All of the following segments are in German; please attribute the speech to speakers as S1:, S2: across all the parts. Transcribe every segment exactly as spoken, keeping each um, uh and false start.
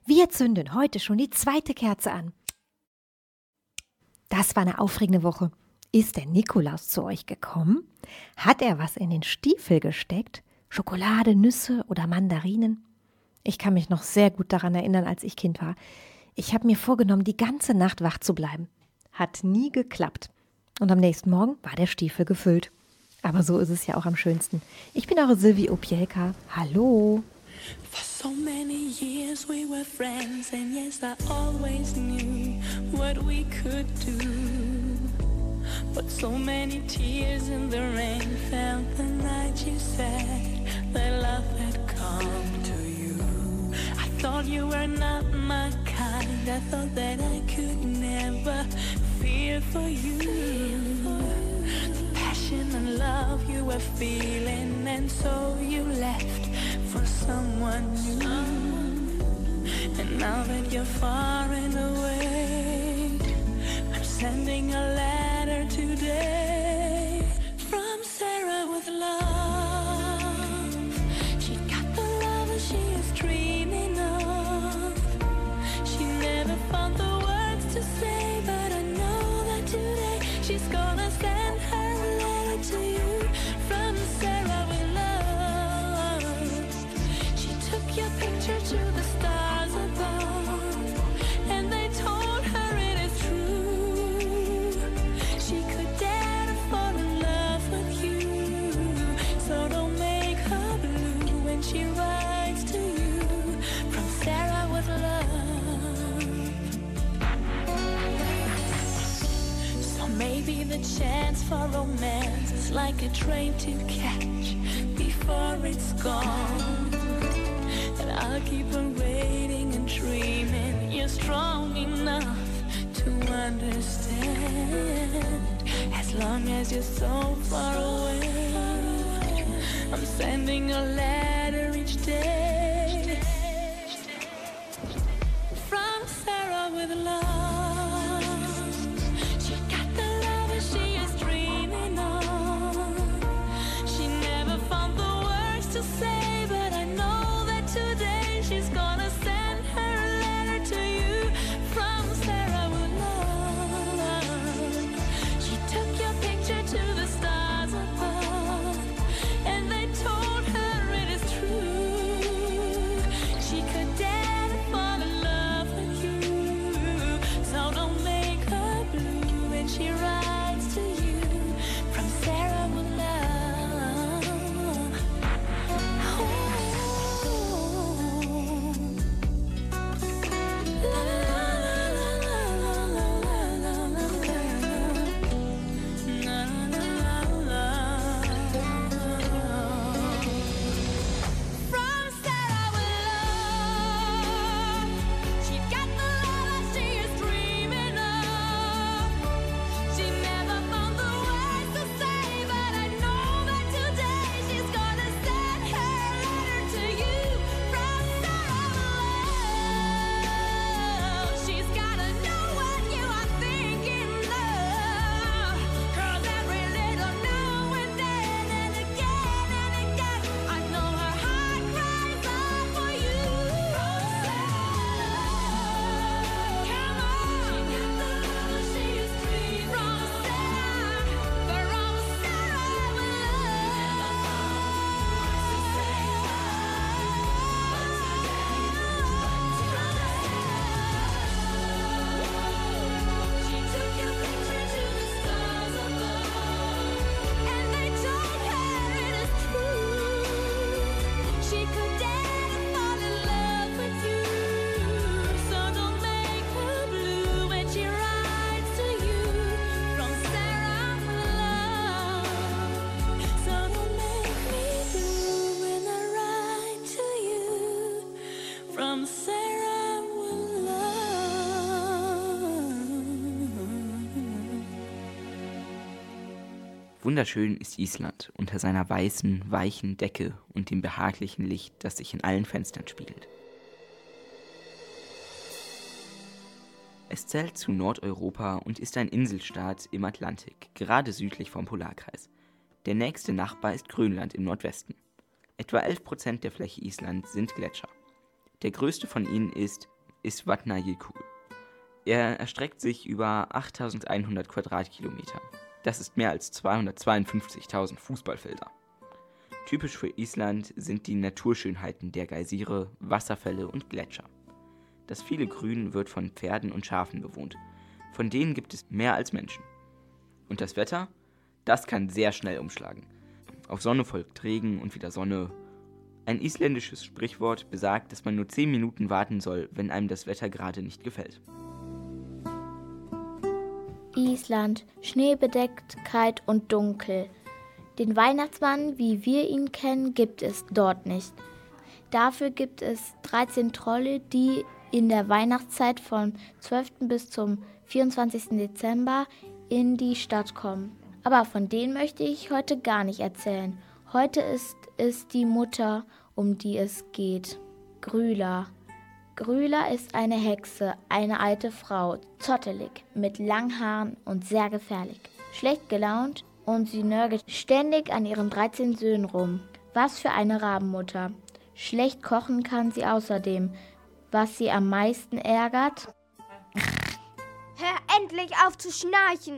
S1: Wir zünden heute schon die zweite Kerze an. Das war eine aufregende Woche. Ist der Nikolaus zu euch gekommen? Hat er was in den Stiefel gesteckt? Schokolade, Nüsse oder Mandarinen? Ich kann mich noch sehr gut daran erinnern, als ich Kind war. Ich habe mir vorgenommen, die ganze Nacht wach zu bleiben. Hat nie geklappt. Und am nächsten Morgen war der Stiefel gefüllt. Aber so ist es ja auch am schönsten. Ich bin eure Sylvie Opielka. Hallo!
S2: For so many years we were friends, and yes, I always knew what we could do. But so many tears in the rain fell the night you said that love had come to you. I thought you were not my kind, I thought that I could never feel for you. The passion and love you were feeling, and so you left for someone new. And now that you're far and away, I'm sending a letter today from Sarah with love. She got the love that she is dreaming of. She never found the words to say, but I know that today she's gonna send her a letter to you from Sarah with love. She took your picture to the stars above, and they told her it is true. She could dare to fall in love with you, so don't make her blue when she writes to you from Sarah with love. So maybe the chance for romance is like a train to catch before it's gone. And I'll keep on waiting and dreaming you're strong enough to understand. As long as you're so far away, I'm sending a letter each day from Sarah with love. She got the love that she is dreaming of. She never found the words to say, but I know that today she's gonna send her a letter to you from Sarah with love. She took your picture to the stars above, and they told her it is true. She could dare to fall in love with you, so don't make her blue when she writes to you from Sarah with love. From Sarah with love, she got the love that she is dreaming of. She never found the words to say, but I know that today she's gonna send her letter to you from Sarah with love. She's gotta know what you are thinking of, 'cause every little now and then and again and again, I know her heart cries out for you. From Sarah, come on. She got the love she is dreaming. From Sarah, from Sarah with love. She took your picture to the stars above, and they told her it is true. She could dare to fall in love with you, so don't make her blue when she writes to you from Sarah with love. So don't make me blue when I write to you from Sarah with love.
S3: Wunderschön ist Island unter seiner weißen, weichen Decke und dem behaglichen Licht, das sich in allen Fenstern spiegelt. Es zählt zu Nordeuropa und ist ein Inselstaat im Atlantik, gerade südlich vom Polarkreis. Der nächste Nachbar ist Grönland im Nordwesten. Etwa elf Prozent der Fläche Islands sind Gletscher. Der größte von ihnen ist Iswatna-Yekul. Er erstreckt sich über achttausendeinhundert Quadratkilometer. Das ist mehr als zweihundertzweiundfünfzigtausend Fußballfelder. Typisch für Island sind die Naturschönheiten der Geysire, Wasserfälle und Gletscher. Das viele Grün wird von Pferden und Schafen bewohnt. Von denen gibt es mehr als Menschen. Und das Wetter? Das kann sehr schnell umschlagen. Auf Sonne folgt Regen und wieder Sonne. Ein isländisches Sprichwort besagt, dass man nur zehn Minuten warten soll, wenn einem das Wetter gerade nicht gefällt.
S4: Island, schneebedeckt, kalt und dunkel. Den Weihnachtsmann, wie wir ihn kennen, gibt es dort nicht. Dafür gibt es dreizehn Trolle, die in der Weihnachtszeit vom zwölften bis zum vierundzwanzigsten Dezember in die Stadt kommen. Aber von denen möchte ich heute gar nicht erzählen. Heute ist es die Mutter, um die es geht. Grýla. Grýla ist eine Hexe, eine alte Frau, zottelig, mit langen Haaren und sehr gefährlich. Schlecht gelaunt und sie nörgelt ständig an ihren dreizehn Söhnen rum. Was für eine Rabenmutter. Schlecht kochen kann sie außerdem. Was sie am meisten ärgert?
S5: Hör endlich auf zu schnarchen!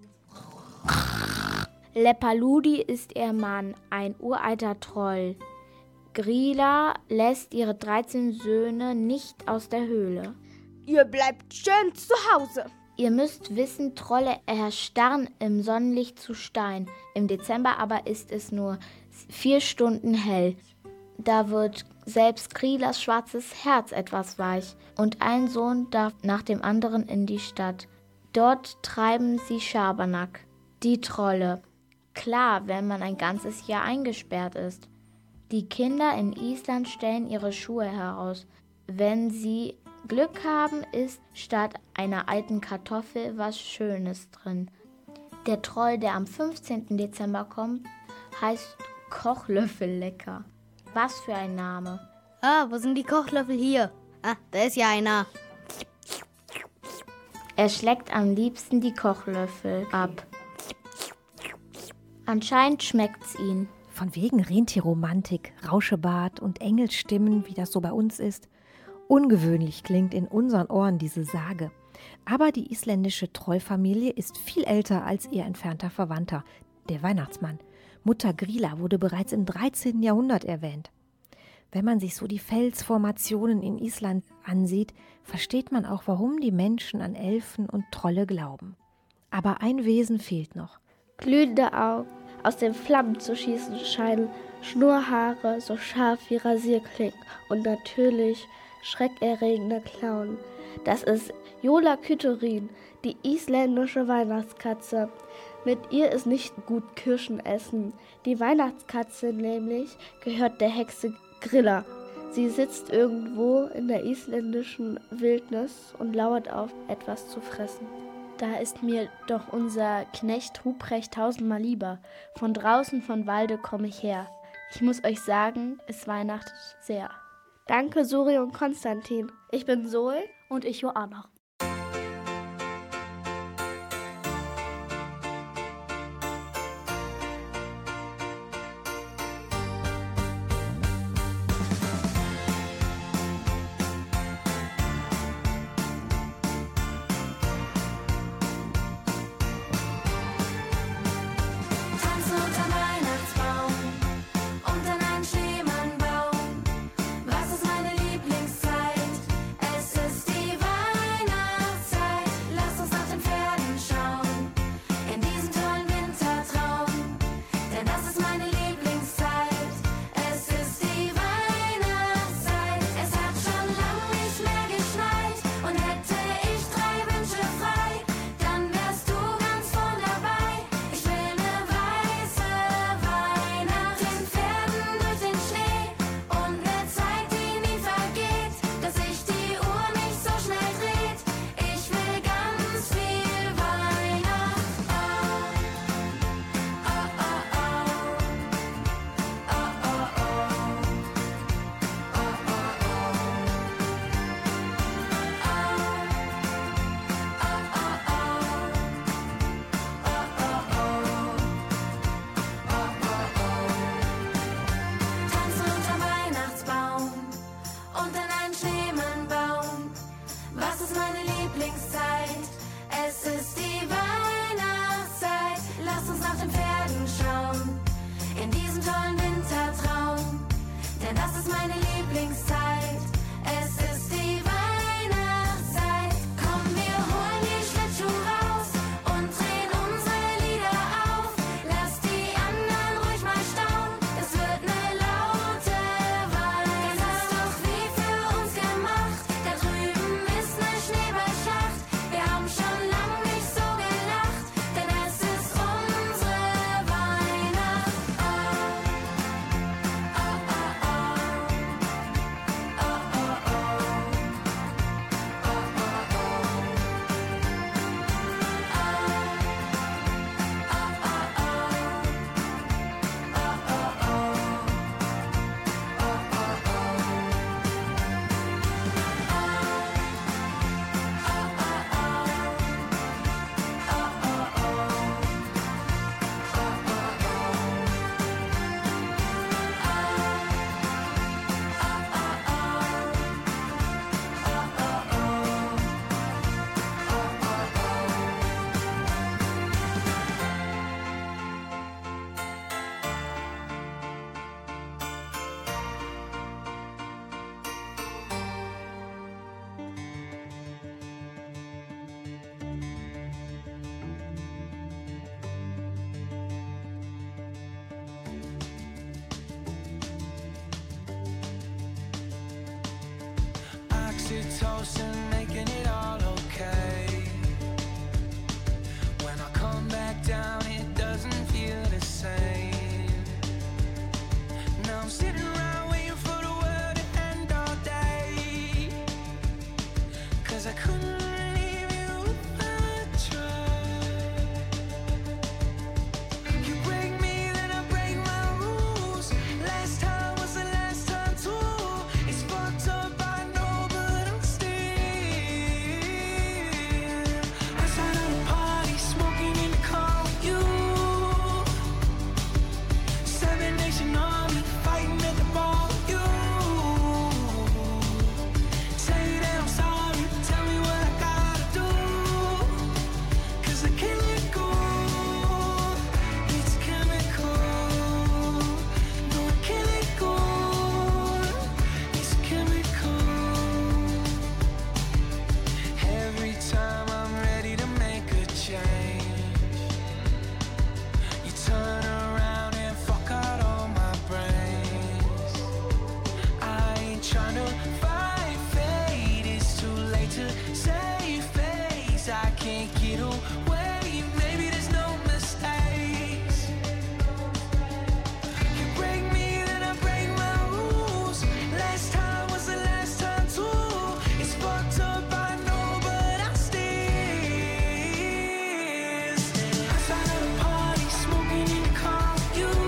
S4: Leppalúði ist ihr Mann, ein uralter Troll. Grýla lässt ihre dreizehn Söhne nicht aus der Höhle.
S5: Ihr bleibt schön zu Hause.
S4: Ihr müsst wissen, Trolle erstarren im Sonnenlicht zu Stein. Im Dezember aber ist es nur vier Stunden hell. Da wird selbst Grýlas schwarzes Herz etwas weich. Und ein Sohn darf nach dem anderen in die Stadt. Dort treiben sie Schabernack. Die Trolle. Klar, wenn man ein ganzes Jahr eingesperrt ist. Die Kinder in Island stellen ihre Schuhe heraus. Wenn sie Glück haben, ist statt einer alten Kartoffel was Schönes drin. Der Troll, der am fünfzehnten Dezember kommt, heißt Kochlöffellecker. Was für ein Name.
S5: Ah, wo sind die Kochlöffel hier? Ah, da ist ja einer.
S4: Er schlägt am liebsten die Kochlöffel ab. Anscheinend schmeckt's ihm.
S1: Von wegen Rentierromantik, Rauschebart und Engelsstimmen, wie das so bei uns ist. Ungewöhnlich klingt in unseren Ohren diese Sage. Aber die isländische Trollfamilie ist viel älter als ihr entfernter Verwandter, der Weihnachtsmann. Mutter Grýla wurde bereits im dreizehnten Jahrhundert erwähnt. Wenn man sich so die Felsformationen in Island ansieht, versteht man auch, warum die Menschen an Elfen und Trolle glauben. Aber ein Wesen fehlt noch.
S6: Glühende Augen, aus den Flammen zu schießen scheinen, Schnurrhaare so scharf wie Rasierklingen und natürlich schreckerregende Klauen. Das ist Jólakötturinn, die isländische Weihnachtskatze. Mit ihr ist nicht gut Kirschen essen. Die Weihnachtskatze nämlich gehört der Hexe Grýla. Sie sitzt irgendwo in der isländischen Wildnis und lauert auf, etwas zu fressen. Da ist mir doch unser Knecht Ruprecht tausendmal lieber. Von draußen von Walde komme ich her. Ich muss euch sagen, es weihnachtet sehr. Danke, Suri und Konstantin. Ich bin Zoe und ich Joanna.
S2: Was ist meine Lieblingszeit? Es ist die Weihnachtszeit. Here's to toast and making it all okay. When I come back down, it doesn't feel the same. Now I'm sitting around waiting for the world to end all day. Cause I couldn't leave you if I tried. You break me, then I break my rules. Last time was the last time too. It's fucked up, I know, but I'm still outside of the party, smoking in the car with you. Seven Nation Army, fighting at the bar with you. Say that I'm sorry, tell me what I gotta do. Cause I can't let go. It's chemical. No, I can't let go. It's chemical. Every time I'm ready to make a change, you turn around and fuck out all my brains. I ain't tryna fight fate, it's too late to save face. I can't get away, maybe there's no mistakes. You break me, then I break my rules. Last time was the last time too. It's fucked up, I know, but I'm still outside of the party, smoking in the car with you.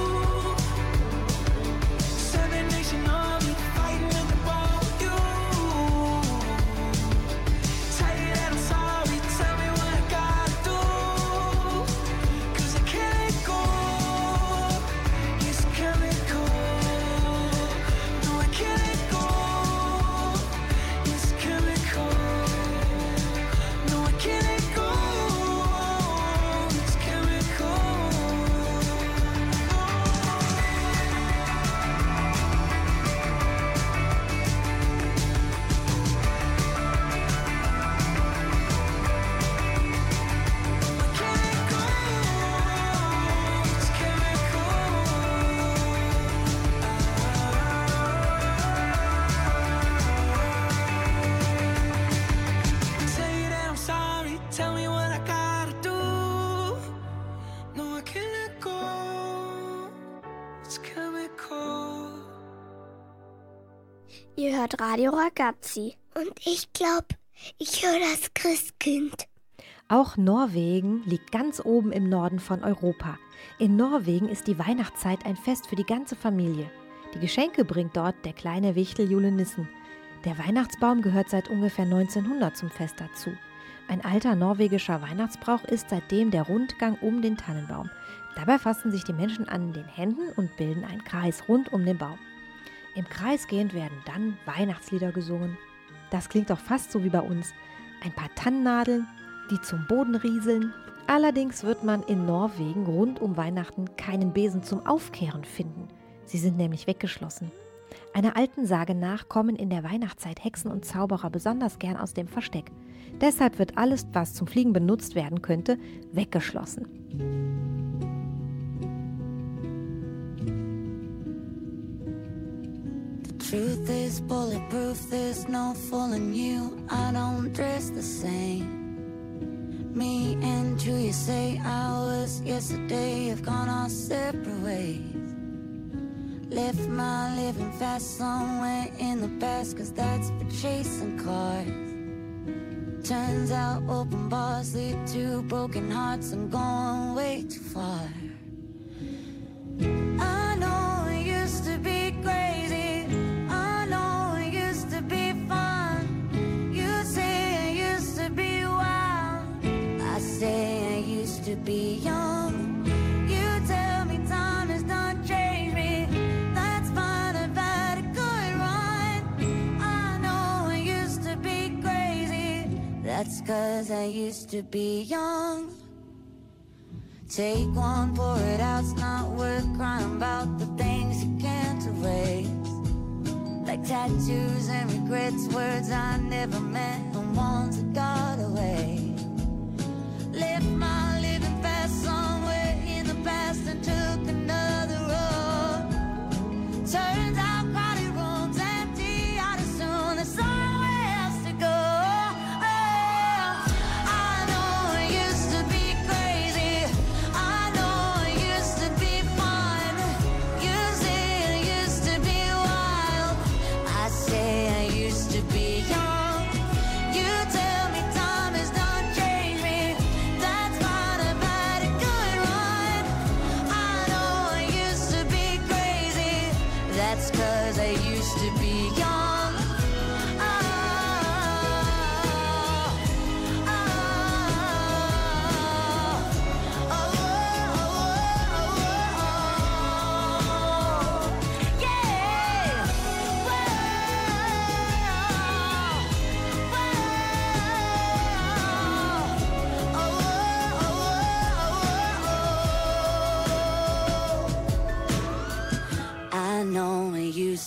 S2: Seven Nation Army, fighting at the bar with you. Tell you that I'm sorry, tell me what I gotta do. Cause I can't let go. It's chemical. No, I can't let go. It's chemical. No, I can't let go. It's chemical. Tell you that I'm sorry, tell me what I gotta do. No, I can't let go. It's chemical.
S6: Ihr hört Radio Ragazzi.
S7: Und ich glaube, ich höre das Christkind.
S1: Auch Norwegen liegt ganz oben im Norden von Europa. In Norwegen ist die Weihnachtszeit ein Fest für die ganze Familie. Die Geschenke bringt dort der kleine Wichtel Julenissen. Der Weihnachtsbaum gehört seit ungefähr neunzehnhundert zum Fest dazu. Ein alter norwegischer Weihnachtsbrauch ist seitdem der Rundgang um den Tannenbaum. Dabei fassen sich die Menschen an den Händen und bilden einen Kreis rund um den Baum. Im Kreis gehend werden dann Weihnachtslieder gesungen. Das klingt doch fast so wie bei uns. Ein paar Tannennadeln, die zum Boden rieseln. Allerdings wird man in Norwegen rund um Weihnachten keinen Besen zum Aufkehren finden. Sie sind nämlich weggeschlossen. Einer alten Sage nach kommen in der Weihnachtszeit Hexen und Zauberer besonders gern aus dem Versteck. Deshalb wird alles, was zum Fliegen benutzt werden könnte, weggeschlossen.
S8: Truth is bulletproof, there's no fooling you. I don't dress the same. Me and you, you say hours yesterday have gone our separate ways. Left my living fast somewhere in the past, cause that's for chasing cars. Turns out open bars lead to broken hearts and going way too far. I know it used to be crazy, I know it used to be fun. You say it used to be wild, I say I used to be young. You tell me time has done changed me, that's fine, I've had a good run. I know I used to be crazy, that's cause I used to be young. Take one, pour it out, it's not worth crying about the things you can't erase. Like tattoos and regrets, words I never meant, and ones that got away. Left my living fast somewhere in the past and took another road. Turns out crowded rooms empty out as soon as somewhere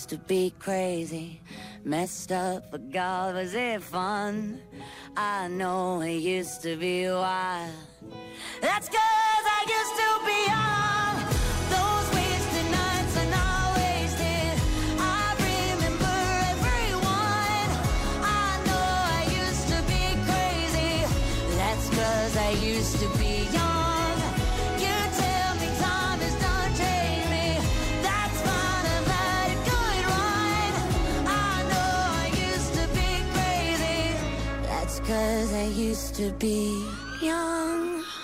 S8: used to be crazy, messed up, but God, was it fun? I know it used to be wild. That's 'cause I used to be young. Those wasted nights are not wasted. I remember everyone. I know I used to be crazy. That's 'cause I used to be young. You tell me time has done changed me. That's fine, I've had a good run. I know I used to be crazy. That's 'cause I used to be young.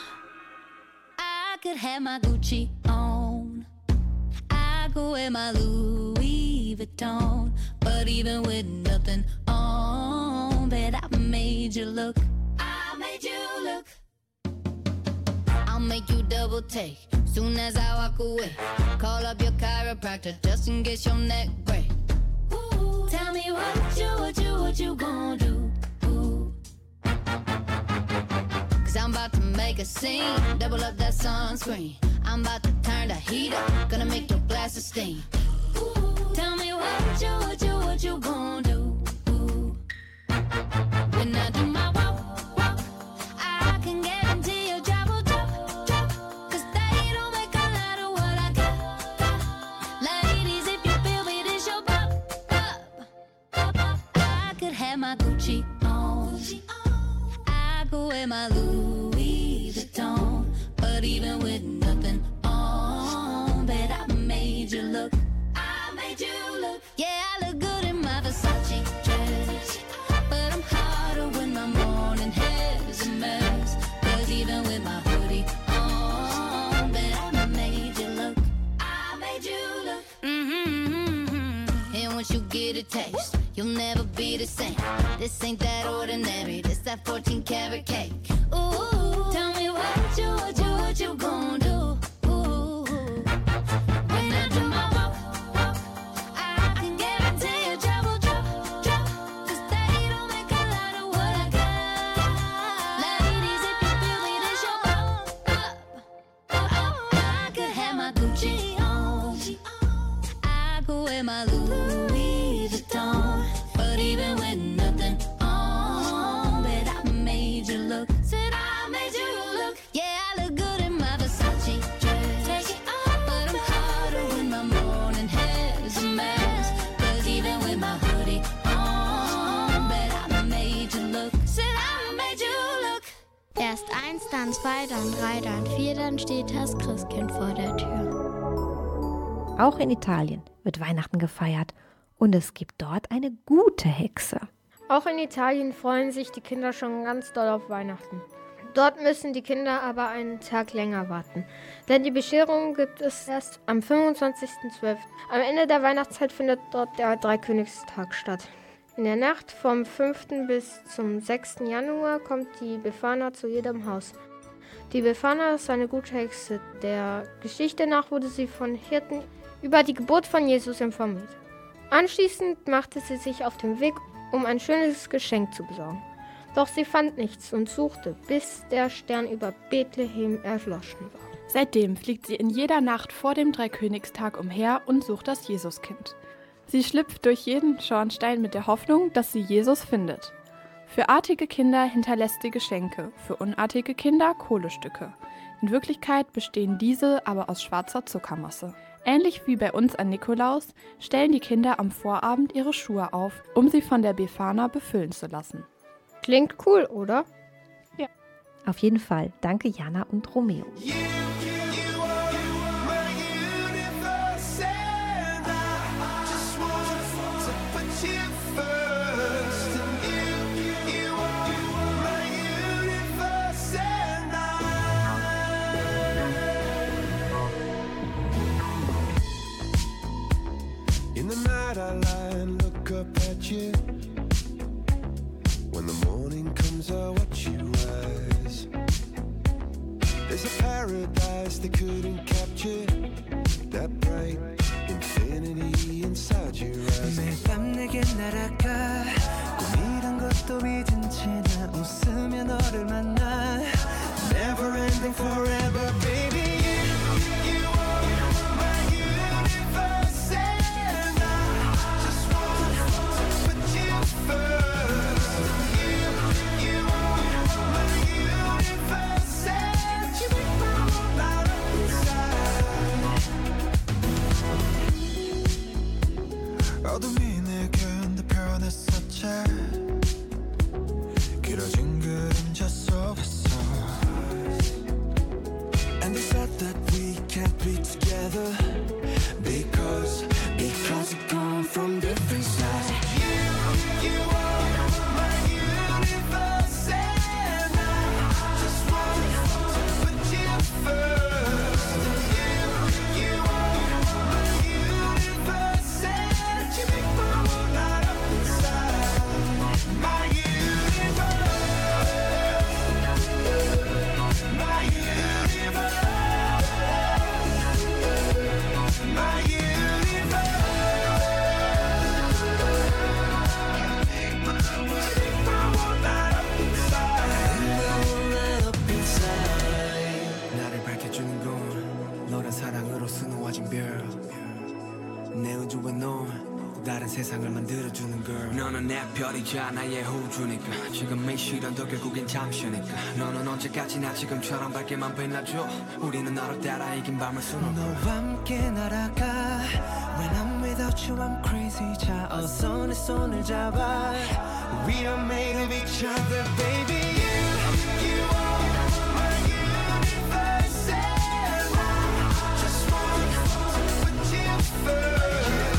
S8: I could have my Gucci on, I could wear my Louis Vuitton, but even with nothing on, bet I made you look. I made you look. I'll make you double take soon as I walk away. Call up your chiropractor just in case your neck break. Ooh, tell me what you, what you, what you gonna do? I'm about to make a scene, double up that sunscreen. I'm about to turn the heat up, gonna make your glasses steam. Ooh, tell me what you, what you, what you gonna do? Ooh. When I do my walk, walk, I can guarantee your job will drop, drop. 'Cause they don't make a lot of what I got, got. Ladies, if you feel me, this your pop, pop, pop, pop. I could have my Gucci on, I could wear my Louis Vuitton, but even with nothing on, bet I made you look. I made you look. Yeah, I look good in my Versace dress, but I'm hotter when my morning hair is a mess. 'Cause even with my hoodie on, bet I made you look. I made you look. Mm-hmm. And once you get a taste, you'll never be the same. This ain't that ordinary, this that fourteen karat cake. Ooh, tell me what you, what you, what you gon' do? Ooh, when I do my walk, walk, I can guarantee your job will drop, drop. 'Cause they don't make a lot of what I got. Ladies, if you feel me, this your pop, pop, pop. I could have my Gucci on, I could wear my Louis Vuitton, but even with nothing on, bet I made you look. Said I made you look. Yeah, I look good in my Versace dress. Take it off, but I'm hotter when my morning hair is a mess. 'Cause even with my hoodie on, bet I made you look. Said I made you look.
S4: Erst eins, dann zwei, dann drei, dann vier, dann steht das Christkind vor der Tür.
S1: Auch in Italien wird Weihnachten gefeiert und es gibt dort eine gute Hexe.
S9: Auch in Italien freuen sich die Kinder schon ganz doll auf Weihnachten. Dort müssen die Kinder aber einen Tag länger warten, denn die Bescherung gibt es erst am fünfundzwanzigsten zwölften Am Ende der Weihnachtszeit findet dort der Dreikönigstag statt. In der Nacht vom fünften bis zum sechsten Januar kommt die Befana zu jedem Haus. Die Befana ist eine gute Hexe. Der Geschichte nach wurde sie von Hirten über die Geburt von Jesus informiert. Anschließend machte sie sich auf den Weg, um ein schönes Geschenk zu besorgen. Doch sie fand nichts und suchte, bis der Stern über Bethlehem erloschen war.
S10: Seitdem fliegt sie in jeder Nacht vor dem Dreikönigstag umher und sucht das Jesuskind. Sie schlüpft durch jeden Schornstein mit der Hoffnung, dass sie Jesus findet. Für artige Kinder hinterlässt sie Geschenke, für unartige Kinder Kohlestücke. In Wirklichkeit bestehen diese aber aus schwarzer Zuckermasse. Ähnlich wie bei uns an Nikolaus stellen die Kinder am Vorabend ihre Schuhe auf, um sie von der Befana befüllen zu lassen.
S9: Klingt cool, oder?
S10: Ja.
S1: Auf jeden Fall. Danke Jana und Romeo.
S11: In the night I lie and look up at you. When the morning comes I watch you rise. There's a paradise they couldn't capture, that bright infinity inside your eyes. 매일 밤 내게 날아가 꿈이란 것도 잊은 채 나 웃으며 너를 만나. Never ending forever baby. You, you are my universe and I
S12: 내 별이자 나의 호주니까 지금 이 시련도 결국엔 잠시니까 너는 언제까지나 지금처럼 밝게만 빛나줘 우리는 너를 따라 이긴 밤을 수놓고 너와 함께 날아가 When I'm without you I'm crazy 자 어서 내 손을 잡아 We are made of each other baby You, you are my universe And I just want to put you first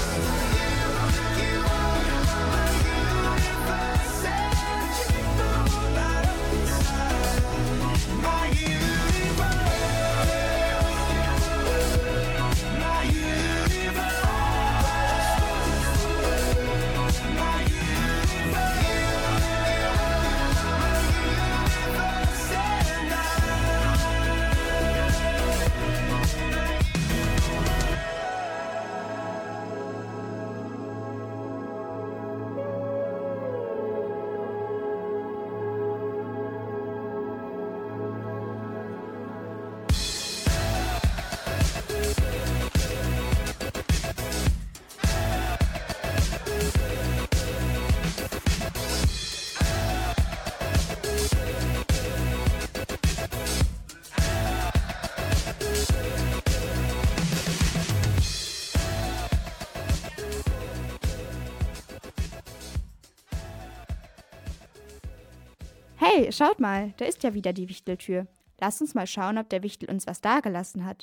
S13: Hey, schaut mal, da ist ja wieder die Wichteltür. Lasst uns mal schauen, ob der Wichtel uns was dagelassen hat.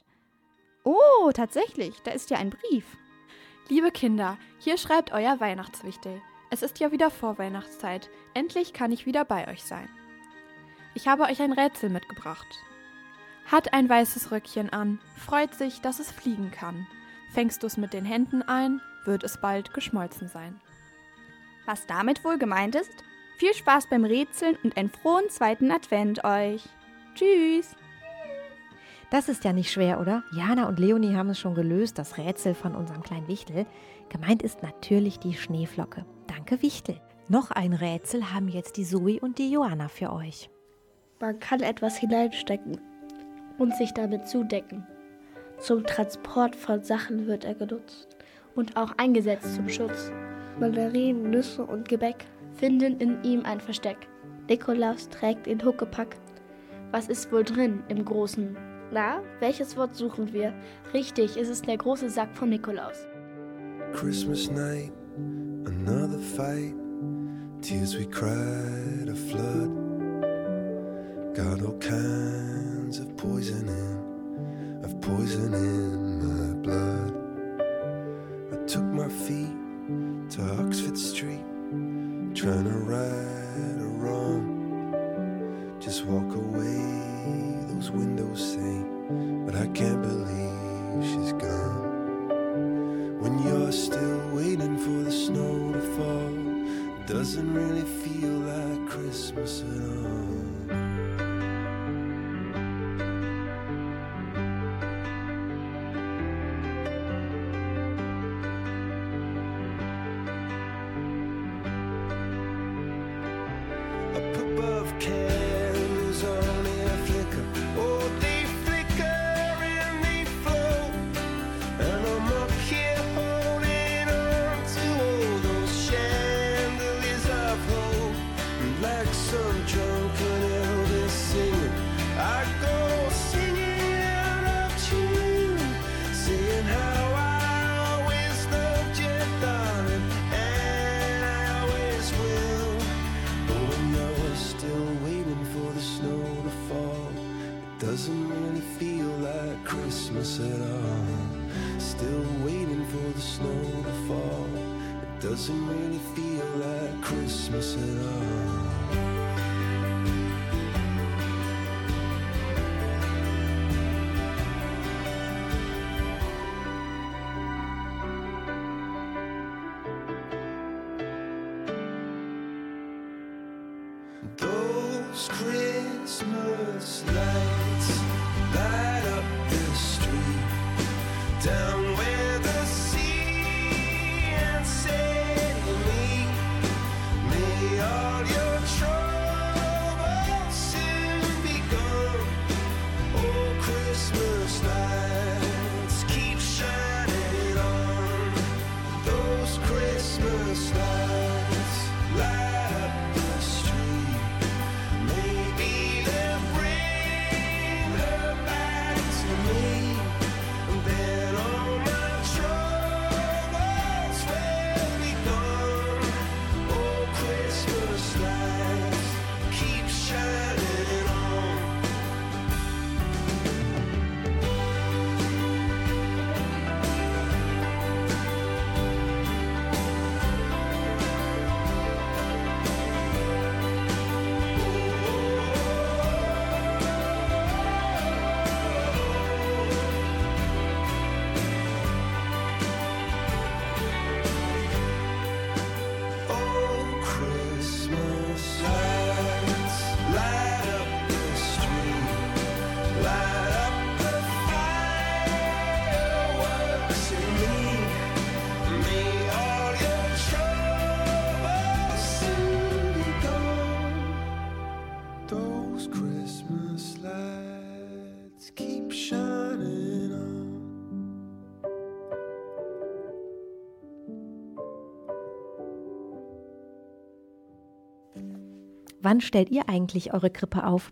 S13: Oh, tatsächlich, da ist ja ein Brief.
S10: Liebe Kinder, hier schreibt euer Weihnachtswichtel. Es ist ja wieder Vorweihnachtszeit. Endlich kann ich wieder bei euch sein. Ich habe euch ein Rätsel mitgebracht. Hat ein weißes Röckchen an, freut sich, dass es fliegen kann. Fängst du es mit den Händen ein, wird es bald geschmolzen sein.
S13: Was damit wohl gemeint ist? Viel Spaß beim Rätseln und einen frohen zweiten Advent euch. Tschüss!
S1: Das ist ja nicht schwer, oder? Jana und Leonie haben es schon gelöst, das Rätsel von unserem kleinen Wichtel. Gemeint ist natürlich die Schneeflocke. Danke, Wichtel. Noch ein Rätsel haben jetzt die Zoe und die Johanna für euch.
S6: Man kann etwas hineinstecken und sich damit zudecken. Zum Transport von Sachen wird er genutzt und auch eingesetzt zum Schutz. Mandarinen, Nüsse und Gebäck finden in ihm ein Versteck. Nikolaus trägt den Huckepack. Was ist wohl drin im großen? Na, welches Wort suchen wir? Richtig, es ist der große Sack von Nikolaus.
S11: Christmas night, another fight. Tears we cried, a flood. Got all kinds of poison in, of poison in my blood. I took my feet to Oxford Street. Trying to right a wrong, just walk away, those windows say, but I can't believe she's gone. When you're still waiting for the snow to fall, it doesn't really feel like Christmas at all. Doesn't really feel like Christmas at all. Still waiting for the snow to fall. It doesn't really feel like Christmas at all. Those Christmas lights light up the street down where the sea and sailing meet. May all your troubles soon be gone. Oh, Christmas lights keep shining on. Those Christmas lights. those Christmas lights keep shining on.
S1: Wann stellt ihr eigentlich eure Krippe auf?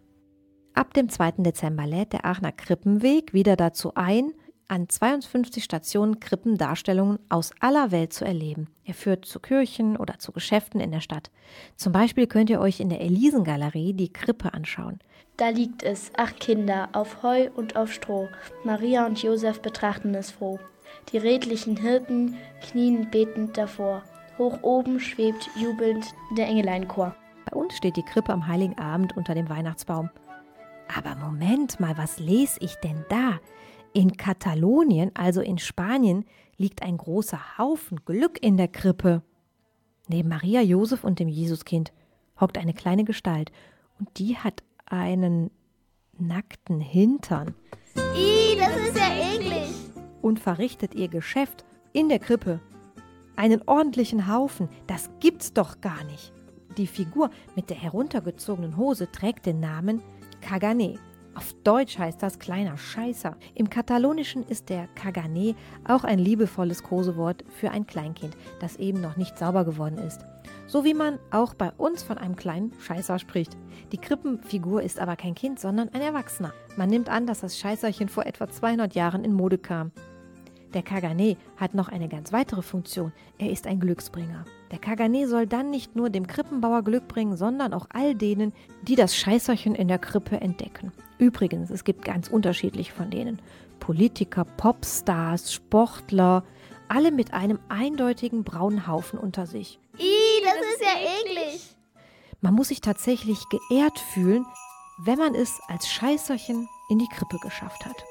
S1: Ab dem zweiten Dezember lädt der Aachener Krippenweg wieder dazu ein, an zweiundfünfzig Stationen Krippendarstellungen aus aller Welt zu erleben. Er führt zu Kirchen oder zu Geschäften in der Stadt. Zum Beispiel könnt ihr euch in der Elisengalerie die Krippe anschauen.
S6: Da liegt es, ach Kinder, auf Heu und auf Stroh. Maria und Josef betrachten es froh. Die redlichen Hirten knien betend davor. Hoch oben schwebt jubelnd der Engeleinchor.
S1: Bei uns steht die Krippe am Heiligen Abend unter dem Weihnachtsbaum. Aber Moment mal, was lese ich denn da? In Katalonien, also in Spanien, liegt ein großer Haufen Glück in der Krippe. Neben Maria, Josef und dem Jesuskind hockt eine kleine Gestalt und die hat einen nackten Hintern.
S4: Ih, das ist ja eklig.
S1: Und verrichtet ihr Geschäft in der Krippe. Einen ordentlichen Haufen, das gibt's doch gar nicht. Die Figur mit der heruntergezogenen Hose trägt den Namen Caganer. Auf Deutsch heißt das kleiner Scheißer. Im Katalonischen ist der Caganer auch ein liebevolles Kosewort für ein Kleinkind, das eben noch nicht sauber geworden ist. So wie man auch bei uns von einem kleinen Scheißer spricht. Die Krippenfigur ist aber kein Kind, sondern ein Erwachsener. Man nimmt an, dass das Scheißerchen vor etwa zweihundert Jahren in Mode kam. Der Caganer hat noch eine ganz weitere Funktion. Er ist ein Glücksbringer. Der Caganer soll dann nicht nur dem Krippenbauer Glück bringen, sondern auch all denen, die das Scheißerchen in der Krippe entdecken. Übrigens, es gibt ganz unterschiedliche von denen. Politiker, Popstars, Sportler, alle mit einem eindeutigen braunen Haufen unter sich.
S4: Ih, das ist ja eklig.
S1: Man muss sich tatsächlich geehrt fühlen, wenn man es als Scheißerchen in die Krippe geschafft hat.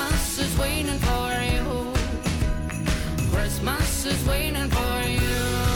S2: Christmas is waiting for you.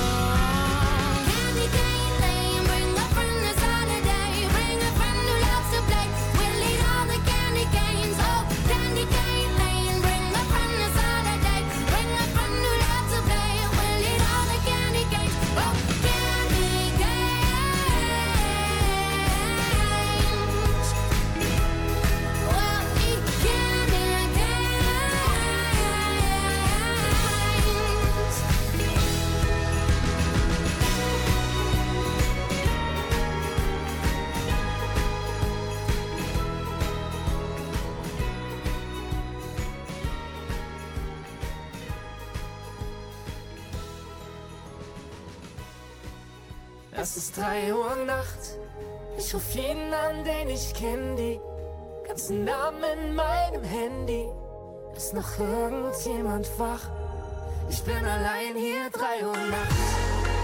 S12: Es ist drei Uhr Nacht. Ich ruf jeden an, den ich kenn, die ganzen Namen in meinem Handy. Ist noch irgendjemand wach? Ich bin allein hier, drei Uhr nachts.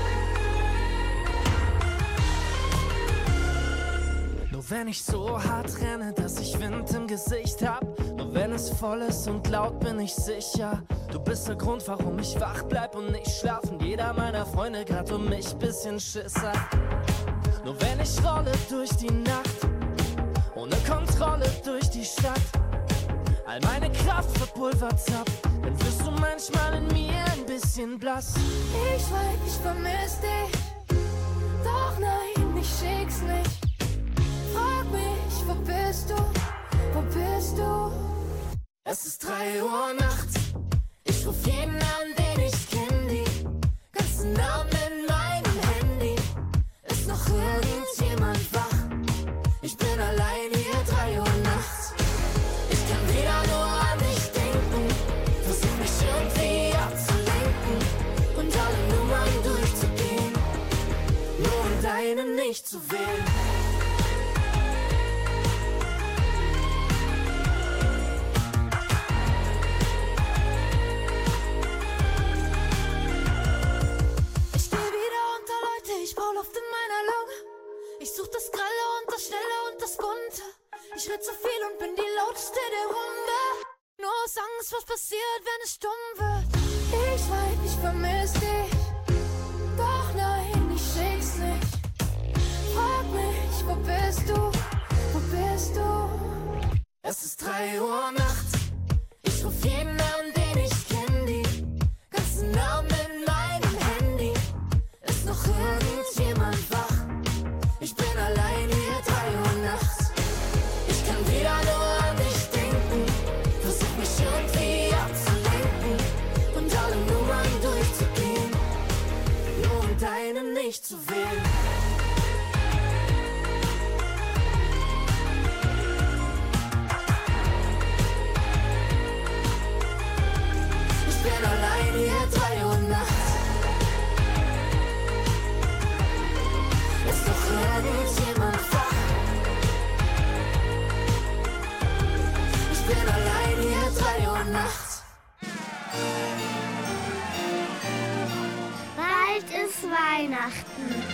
S12: Nur wenn ich so hart renne, dass ich Wind im Gesicht hab. Nur wenn es voll ist und laut, bin ich sicher. Du bist der Grund, warum ich wach bleib und nicht schlafen. Jeder meiner Freunde grad um mich bisschen Schiss hat. Nur wenn ich rolle durch die Nacht, ohne Kontrolle durch die Stadt, all meine Kraft verpulvert ab, dann wirst du manchmal in mir ein bisschen blass.
S8: Ich weiß, ich vermiss dich, doch nein, ich schick's nicht. Frag mich, wo bist du, wo bist du?
S12: Es ist drei Uhr nachts, ich ruf jeden an, den ich kenn, die ganzen Namen in meinem Handy. Ist noch irgendjemand wach? Ich bin allein hier, drei Uhr nachts. Ich kann wieder nur an dich denken, versuch mich irgendwie abzulenken und alle Nummern durchzugehen, nur um deine nicht zu wählen.
S8: Ich red zu viel und bin die lauteste der Runde. Nur aus Angst, was passiert, wenn es stumm wird. Ich weiß, ich vermiss dich, doch nein, ich schick's nicht. Frag mich, wo bist du, wo bist du?
S12: Es ist drei Uhr nachts, ich ruf jeden an, den ich kenn, die ganzen Namen in meinem Handy. Ist noch irgendjemand wach? Ich bin allein hier, drei Uhr nachts. Ich kann wieder nur an dich denken, versuch mich irgendwie abzulenken und alle Nummern durchzugehen, nur um deine nicht zu wählen. Ich bin allein hier, drei Uhr nachts. Ist doch irgendjemand wach? Ich bin allein hier, drei Uhr nachts.
S7: Bald ist Weihnachten.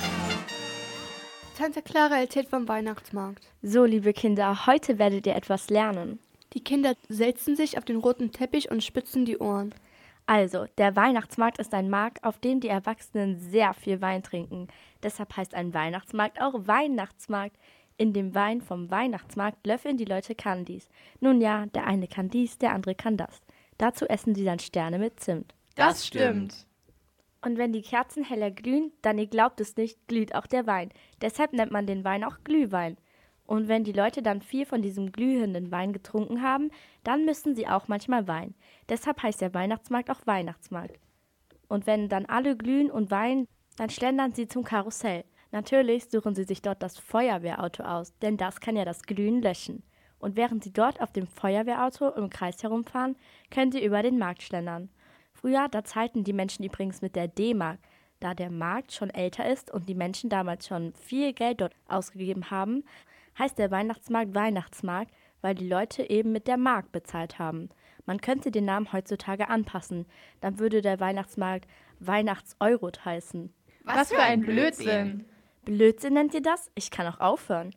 S6: Tante Clara erzählt vom Weihnachtsmarkt.
S14: So, liebe Kinder, heute werdet ihr etwas lernen.
S6: Die Kinder setzen sich auf den roten Teppich und spitzen die Ohren.
S14: Also, der Weihnachtsmarkt ist ein Markt, auf dem die Erwachsenen sehr viel Wein trinken. Deshalb heißt ein Weihnachtsmarkt auch Weihnachtsmarkt. In dem Wein vom Weihnachtsmarkt löffeln die Leute Candies. Nun ja, der eine kann dies, der andere kann das. Dazu essen sie dann Sterne mit Zimt.
S10: Das stimmt.
S14: Und wenn die Kerzen heller glühen, dann, ihr glaubt es nicht, glüht auch der Wein. Deshalb nennt man den Wein auch Glühwein. Und wenn die Leute dann viel von diesem glühenden Wein getrunken haben, dann müssen sie auch manchmal weinen. Deshalb heißt der Weihnachtsmarkt auch Weihnachtsmarkt. Und wenn dann alle glühen und weinen, dann schlendern sie zum Karussell. Natürlich suchen sie sich dort das Feuerwehrauto aus, denn das kann ja das Glühen löschen. Und während sie dort auf dem Feuerwehrauto im Kreis herumfahren, können sie über den Markt schlendern. Früher, da zahlten die Menschen übrigens mit der D-Mark. Da der Markt schon älter ist und die Menschen damals schon viel Geld dort ausgegeben haben, heißt der Weihnachtsmarkt Weihnachtsmarkt, weil die Leute eben mit der Mark bezahlt haben. Man könnte den Namen heutzutage anpassen, dann würde der Weihnachtsmarkt Weihnachtseuro heißen.
S10: Was für ein Blödsinn!
S14: Blödsinn nennt ihr das? Ich kann auch aufhören.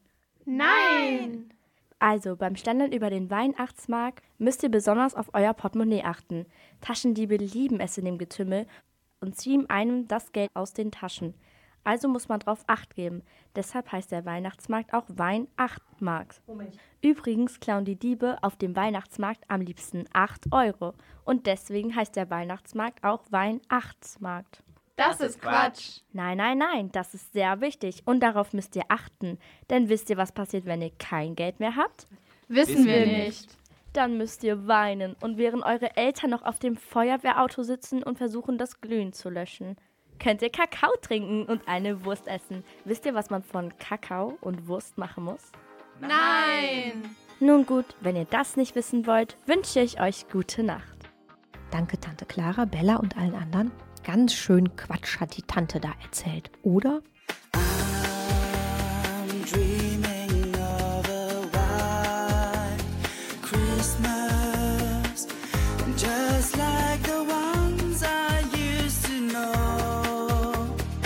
S10: Nein!
S14: Also, beim Schlendern über den Weihnachtsmarkt müsst ihr besonders auf euer Portemonnaie achten. Taschendiebe lieben es in dem Getümmel und ziehen einem das Geld aus den Taschen. Also muss man drauf Acht geben. Deshalb heißt der Weihnachtsmarkt auch Weihnachtmarkt. Übrigens klauen die Diebe auf dem Weihnachtsmarkt am liebsten acht Euro. Und deswegen heißt der Weihnachtsmarkt auch Weihnachtsmarkt.
S10: Das ist Quatsch.
S14: Nein, nein, nein, das ist sehr wichtig. Und darauf müsst ihr achten. Denn wisst ihr, was passiert, wenn ihr kein Geld mehr habt?
S10: Wissen wir nicht.
S14: Dann müsst ihr weinen und während eure Eltern noch auf dem Feuerwehrauto sitzen und versuchen, das Glühen zu löschen. Könnt ihr Kakao trinken und eine Wurst essen. Wisst ihr, was man von Kakao und Wurst machen muss?
S10: Nein!
S14: Nun gut, wenn ihr das nicht wissen wollt, wünsche ich euch gute Nacht.
S1: Danke, Tante Clara, Bella und allen anderen. Ganz schön Quatsch hat die Tante da erzählt, oder?
S12: dreaming of a white Christmas, just like the ones I used to know,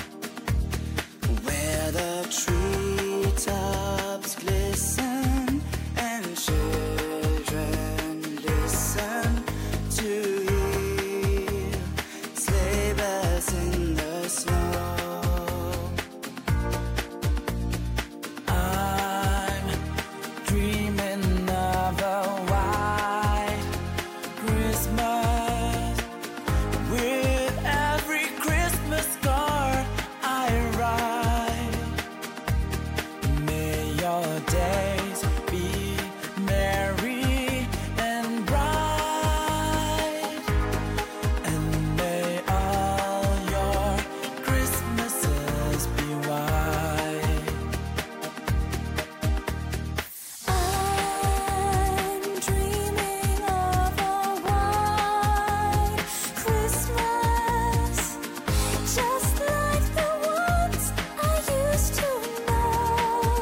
S12: where the treetops glisten and children listen to hear sleigh bells in the snow. I'm dreaming of a white Christmas, with every Christmas card I write. May your days be merry and bright, and may all your Christmases be white.
S8: I'm dreaming of a white Christmas, just like the ones I used to know,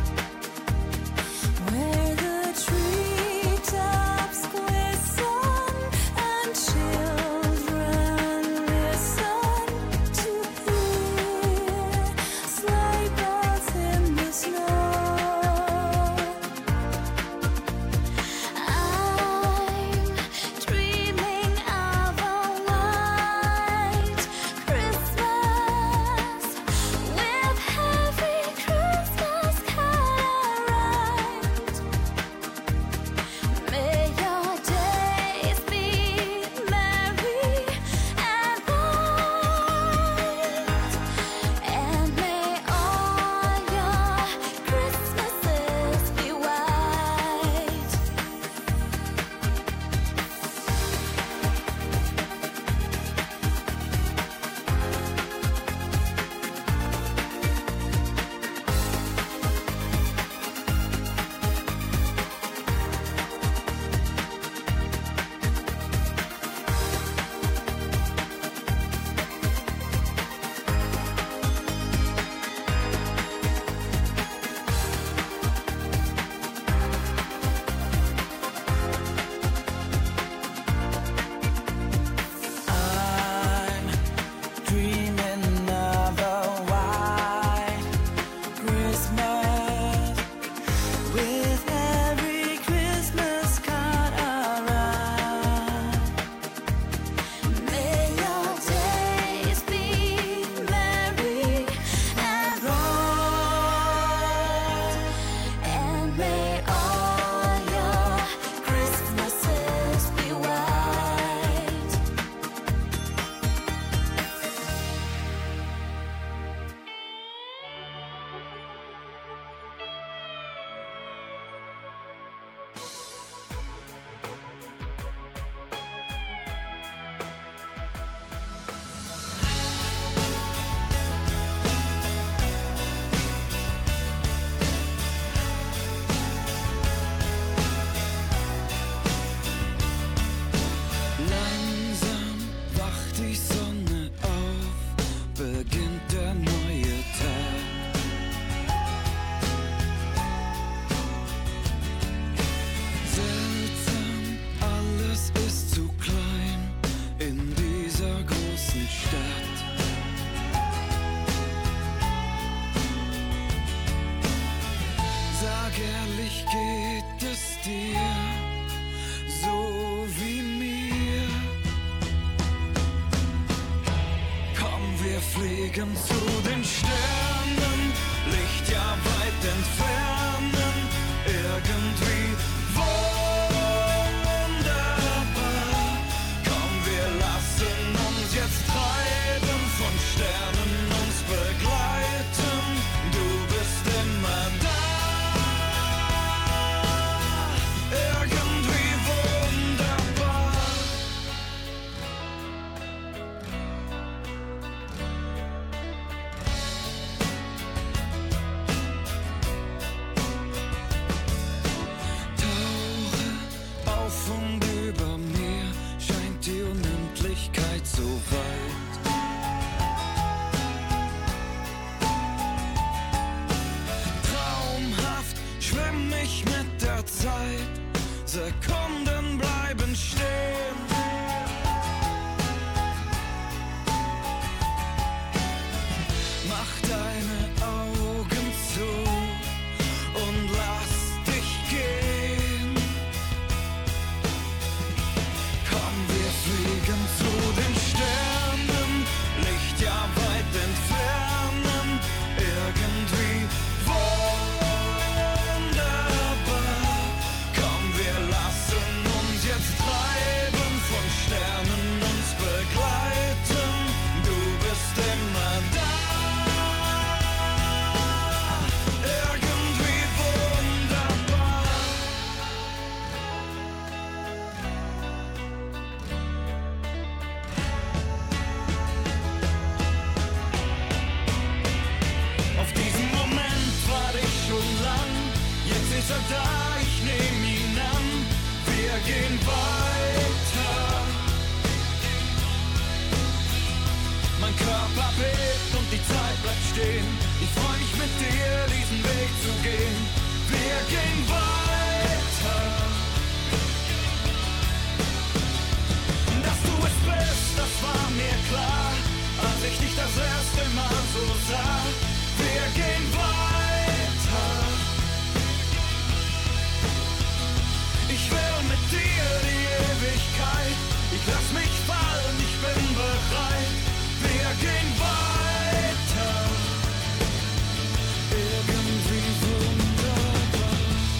S8: where the treetops glisten and children listen to hear sleigh bells in the snow. I'm dreaming of a white Christmas, with every Christmas card I write. May your days be merry and bright, and may all your Christmases be white. I'm dreaming of a white Christmas, with every Christmas card I write. May your days be merry and bright, and may all your Christmases be white.
S12: Langsam wacht die Sonne auf, beginnt der neue Tag. Seltsam, alles ist zu klein in dieser großen Stadt. Sag ehrlich, geht es dir so wie mir? Komm, wir fliegen zu den Sternen, Lichtjahr weit entfernen, irgendwie wunderbar. Komm, wir lassen uns jetzt treiben, von Sternen uns begleiten. Du bist immer da, irgendwie wunderbar. gehen weiter. Mein Körper bebt und die Zeit bleibt stehen. Ich freu mich mit dir, diesen Weg zu gehen. Wir gehen weiter. Dass du es bist, das war mir klar, als ich dich das erste Mal so sah. Wir gehen weiter. Ich will mit dir die Ewigkeit. Ich lass mich fallen, ich bin bereit. Wir gehen weiter. Irgendwie wunderbar.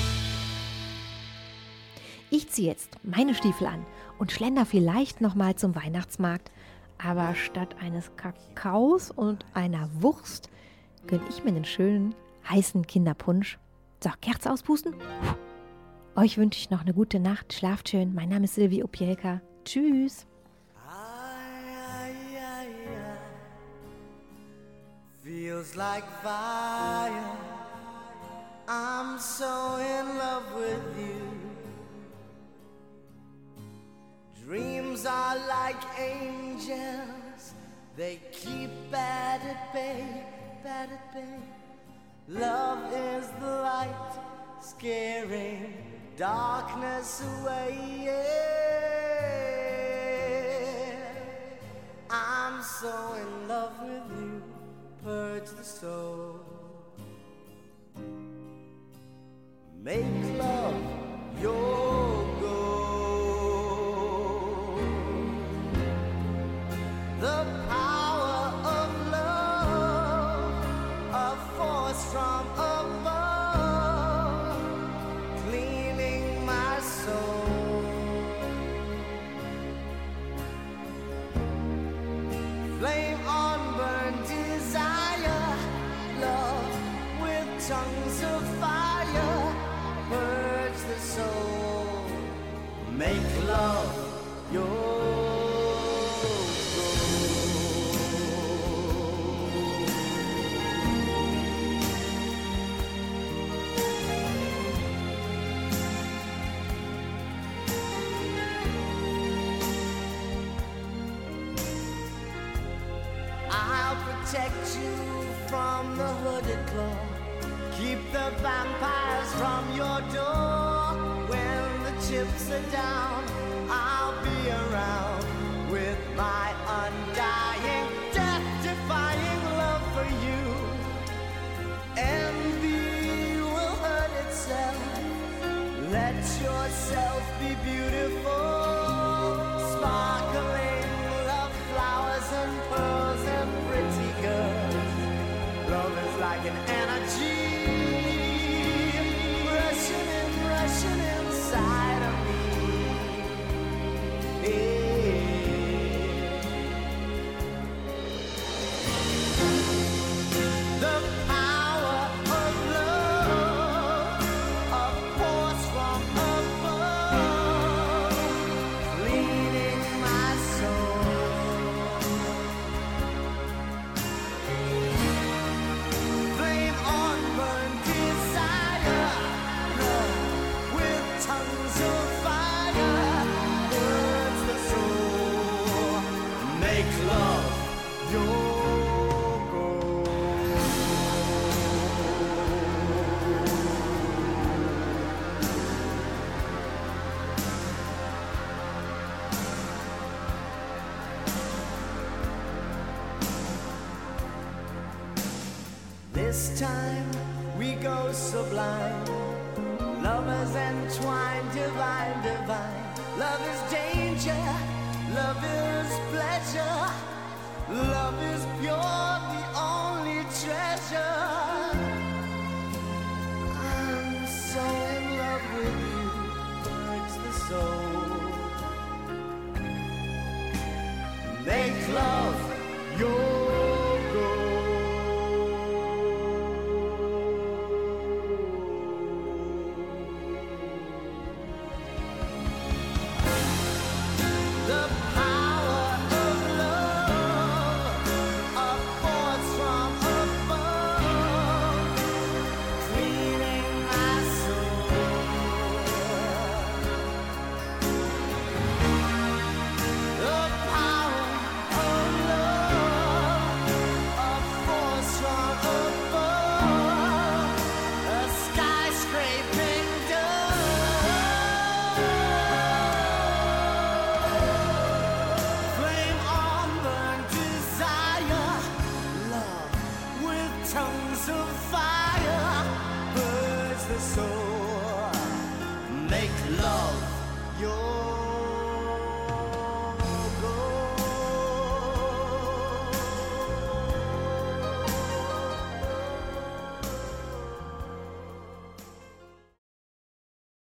S1: Ich ziehe jetzt meine Stiefel an und schlender vielleicht nochmal zum Weihnachtsmarkt. Aber statt eines Kakaos und einer Wurst gönn ich mir einen schönen, heißen Kinderpunsch. So, Kerze auspusten. Euch wünsche ich noch eine gute Nacht. Schlaft schön. Mein Name ist Silvi Opielka. Tschüss.
S15: Feels like fire. I'm so in love with you. Dreams are like angels. They keep bad at bay, bad at bay. Love is the light, scaring darkness away. Yeah. I'm so in love with you. Purge the soul. Make love your goal. The power of love, a force from above, cleaning my soul. Flame on burn desire, love with tongues of fire, purge the soul, make love your protect you from the hooded claw. Keep the vampires from your door. When the chips are down, I'll be around with my undying, death-defying love for you. Envy will hurt itself. Let yourself be beautiful, sparkling love flowers and pearls and pretty girls. Love is like an energy rushing in, rushing inside of me. Yeah. The power of love, a force from above, leading my soul. Flame on burn desire, love with tongues of fire, burns the soul, make love your This time we go sublime, lovers entwined, divine, divine. Love is danger, love is pleasure, love is pure, the only treasure. I'm so in love with you, hurts the soul. Make love your